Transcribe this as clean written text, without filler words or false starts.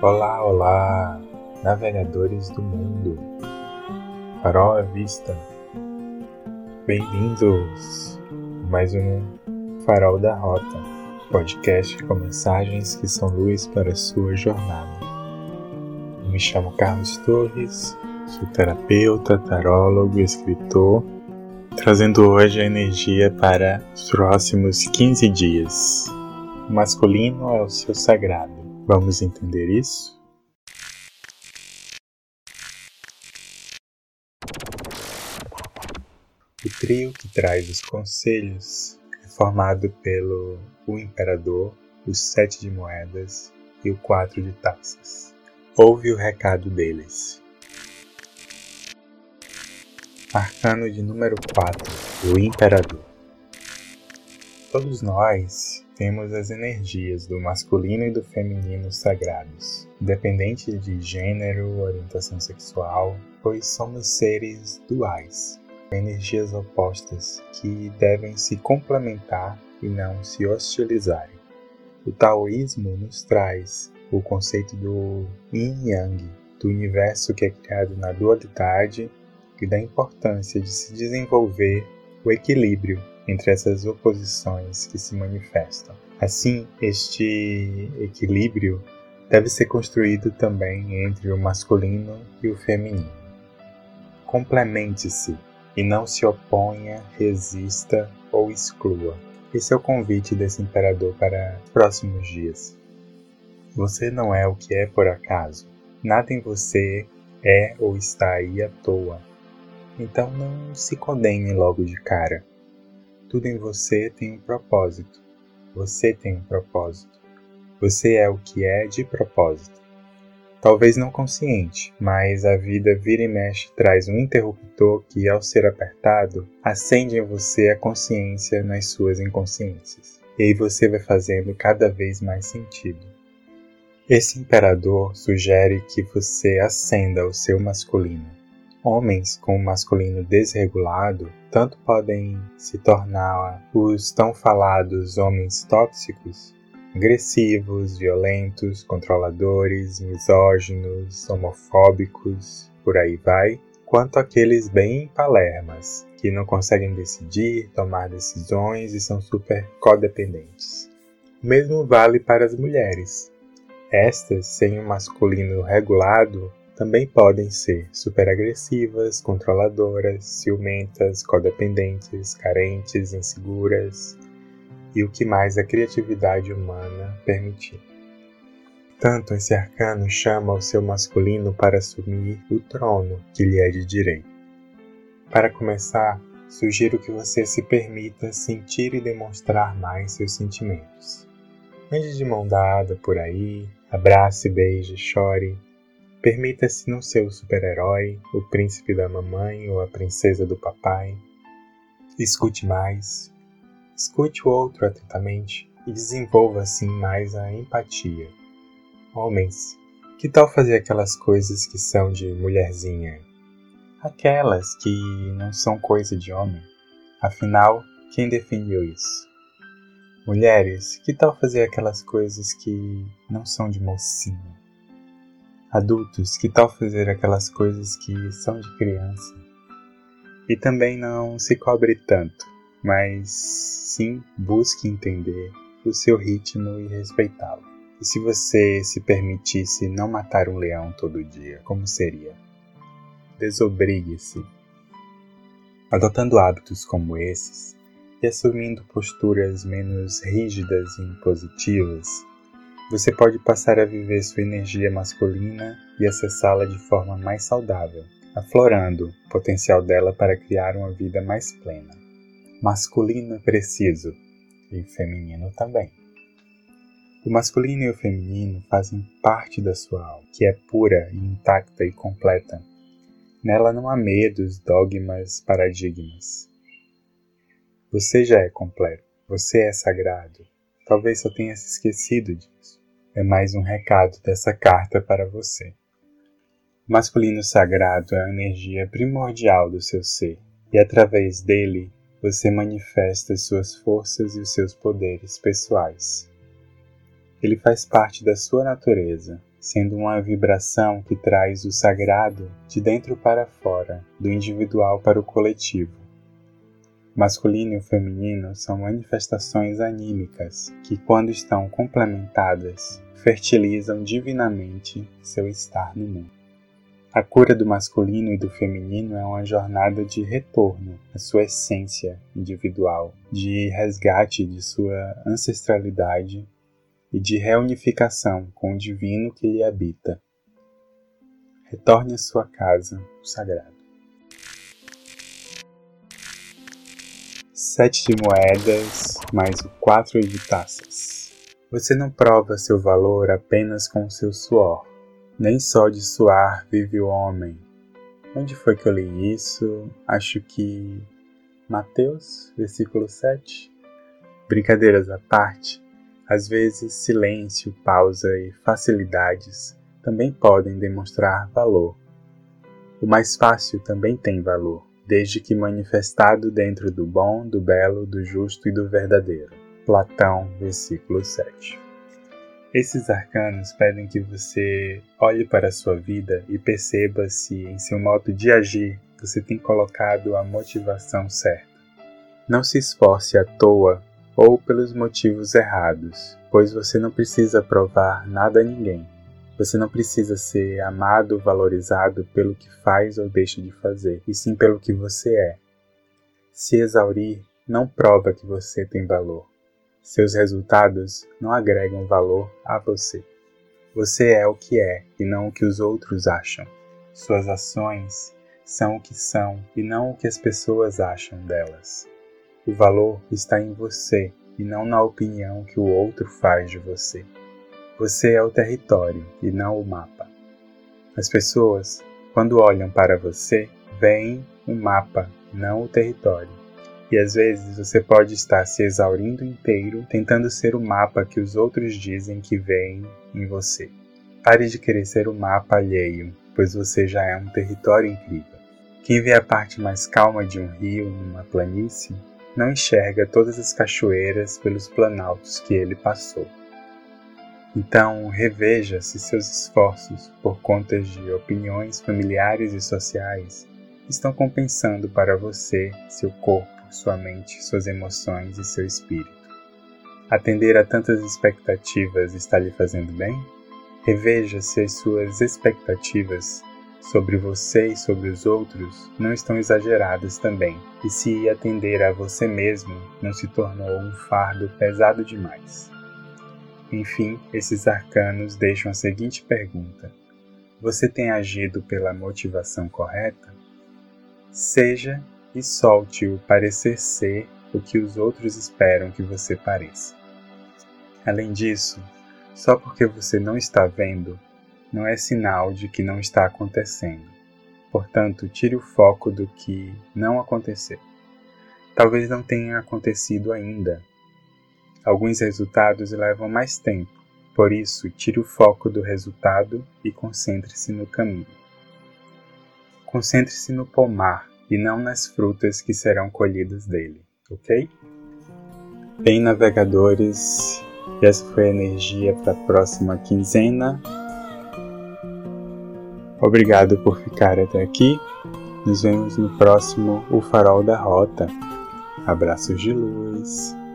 Olá, olá, navegadores do mundo, farol à vista, bem-vindos a mais um Farol da Rota, podcast com mensagens que são luz para a sua jornada. Eu me chamo Carlos Torres, sou terapeuta, tarólogo e escritor, trazendo hoje a energia para os próximos 15 dias. O masculino é o seu sagrado. Vamos entender isso? O trio que traz os conselhos é formado pelo o Imperador, os 7 de moedas e o 4 de taças. Ouve o recado deles. Arcano de número 4, o Imperador. Todos nós temos as energias do masculino e do feminino sagrados, independente de gênero, orientação sexual, pois somos seres duais, com energias opostas que devem se complementar e não se hostilizarem. O taoísmo nos traz o conceito do yin yang, do universo que é criado na dualidade e da importância de se desenvolver o equilíbrio entre essas oposições que se manifestam. Assim, este equilíbrio deve ser construído também entre o masculino e o feminino. Complemente-se e não se oponha, resista ou exclua. Esse é o convite desse imperador para os próximos dias. Você não é o que é por acaso. Nada em você é ou está aí à toa. Então não se condene logo de cara. Tudo em você tem um propósito. Você tem um propósito. Você é o que é de propósito. Talvez não consciente, mas a vida vira e mexe traz um interruptor que, ao ser apertado, acende em você a consciência nas suas inconsciências. E aí você vai fazendo cada vez mais sentido. Esse imperador sugere que você acenda o seu masculino. Homens com o masculino desregulado tanto podem se tornar os tão falados homens tóxicos, agressivos, violentos, controladores, misóginos, homofóbicos, por aí vai, quanto aqueles bem palermas, que não conseguem decidir, tomar decisões e são super codependentes. O mesmo vale para as mulheres. Estas, sem um masculino regulado, também podem ser superagressivas, controladoras, ciumentas, codependentes, carentes, inseguras e o que mais a criatividade humana permitir. Portanto, esse arcano chama o seu masculino para assumir o trono que lhe é de direito. Para começar, sugiro que você se permita sentir e demonstrar mais seus sentimentos. Ande de mão dada por aí, abrace, beije, chore. Permita-se não ser o super-herói, o príncipe da mamãe ou a princesa do papai. Escute mais. Escute o outro atentamente e desenvolva assim mais a empatia. Homens, que tal fazer aquelas coisas que são de mulherzinha? Aquelas que não são coisa de homem. Afinal, quem definiu isso? Mulheres, que tal fazer aquelas coisas que não são de mocinha? Adultos, que tal fazer aquelas coisas que são de criança? E também não se cobre tanto, mas sim busque entender o seu ritmo e respeitá-lo. E se você se permitisse não matar um leão todo dia, como seria? Desobrigue-se. Adotando hábitos como esses e assumindo posturas menos rígidas e impositivas, você pode passar a viver sua energia masculina e acessá-la de forma mais saudável, aflorando o potencial dela para criar uma vida mais plena. Masculino é preciso, e feminino também. O masculino e o feminino fazem parte da sua alma, que é pura e intacta e completa. Nela não há medos, dogmas, paradigmas. Você já é completo, você é sagrado. Talvez só tenha se esquecido disso. É mais um recado dessa carta para você. O masculino sagrado é a energia primordial do seu ser, e através dele você manifesta suas forças e os seus poderes pessoais. Ele faz parte da sua natureza, sendo uma vibração que traz o sagrado de dentro para fora, do individual para o coletivo. O masculino e o feminino são manifestações anímicas que, quando estão complementadas, fertilizam divinamente seu estar no mundo. A cura do masculino e do feminino é uma jornada de retorno à sua essência individual, de resgate de sua ancestralidade e de reunificação com o divino que lhe habita. Retorne à sua casa, o sagrado. 7 de moedas mais o 4 de taças. Você não prova seu valor apenas com o seu suor. Nem só de suar vive o homem. Onde foi que eu li isso? Acho que Mateus, versículo 7. Brincadeiras à parte, às vezes silêncio, pausa e facilidades também podem demonstrar valor. O mais fácil também tem valor, desde que manifestado dentro do bom, do belo, do justo e do verdadeiro. Platão, versículo 7. Esses arcanos pedem que você olhe para a sua vida e perceba se, em seu modo de agir, você tem colocado a motivação certa. Não se esforce à toa ou pelos motivos errados, pois você não precisa provar nada a ninguém. Você não precisa ser amado ou valorizado pelo que faz ou deixa de fazer, e sim pelo que você é. Se exaurir não prova que você tem valor. Seus resultados não agregam valor a você. Você é o que é e não o que os outros acham. Suas ações são o que são e não o que as pessoas acham delas. O valor está em você e não na opinião que o outro faz de você. Você é o território e não o mapa. As pessoas, quando olham para você, veem um mapa, não o território. E às vezes você pode estar se exaurindo inteiro tentando ser o mapa que os outros dizem que veem em você. Pare de querer ser o mapa alheio, pois você já é um território incrível. Quem vê a parte mais calma de um rio numa planície, não enxerga todas as cachoeiras pelos planaltos que ele passou. Então, reveja se seus esforços, por conta de opiniões familiares e sociais, estão compensando para você, seu corpo, sua mente, suas emoções e seu espírito. Atender a tantas expectativas está lhe fazendo bem? Reveja se as suas expectativas sobre você e sobre os outros não estão exageradas também, e se atender a você mesmo não se tornou um fardo pesado demais. Enfim, esses arcanos deixam a seguinte pergunta: você tem agido pela motivação correta? Seja e solte o parecer ser o que os outros esperam que você pareça. Além disso, só porque você não está vendo, não é sinal de que não está acontecendo. Portanto, tire o foco do que não aconteceu. Talvez não tenha acontecido ainda. Alguns resultados levam mais tempo, por isso, tire o foco do resultado e concentre-se no caminho. Concentre-se no pomar e não nas frutas que serão colhidas dele, ok? Bem, navegadores, essa foi a energia para a próxima quinzena. Obrigado por ficar até aqui. Nos vemos no próximo O Farol da Rota. Abraços de luz.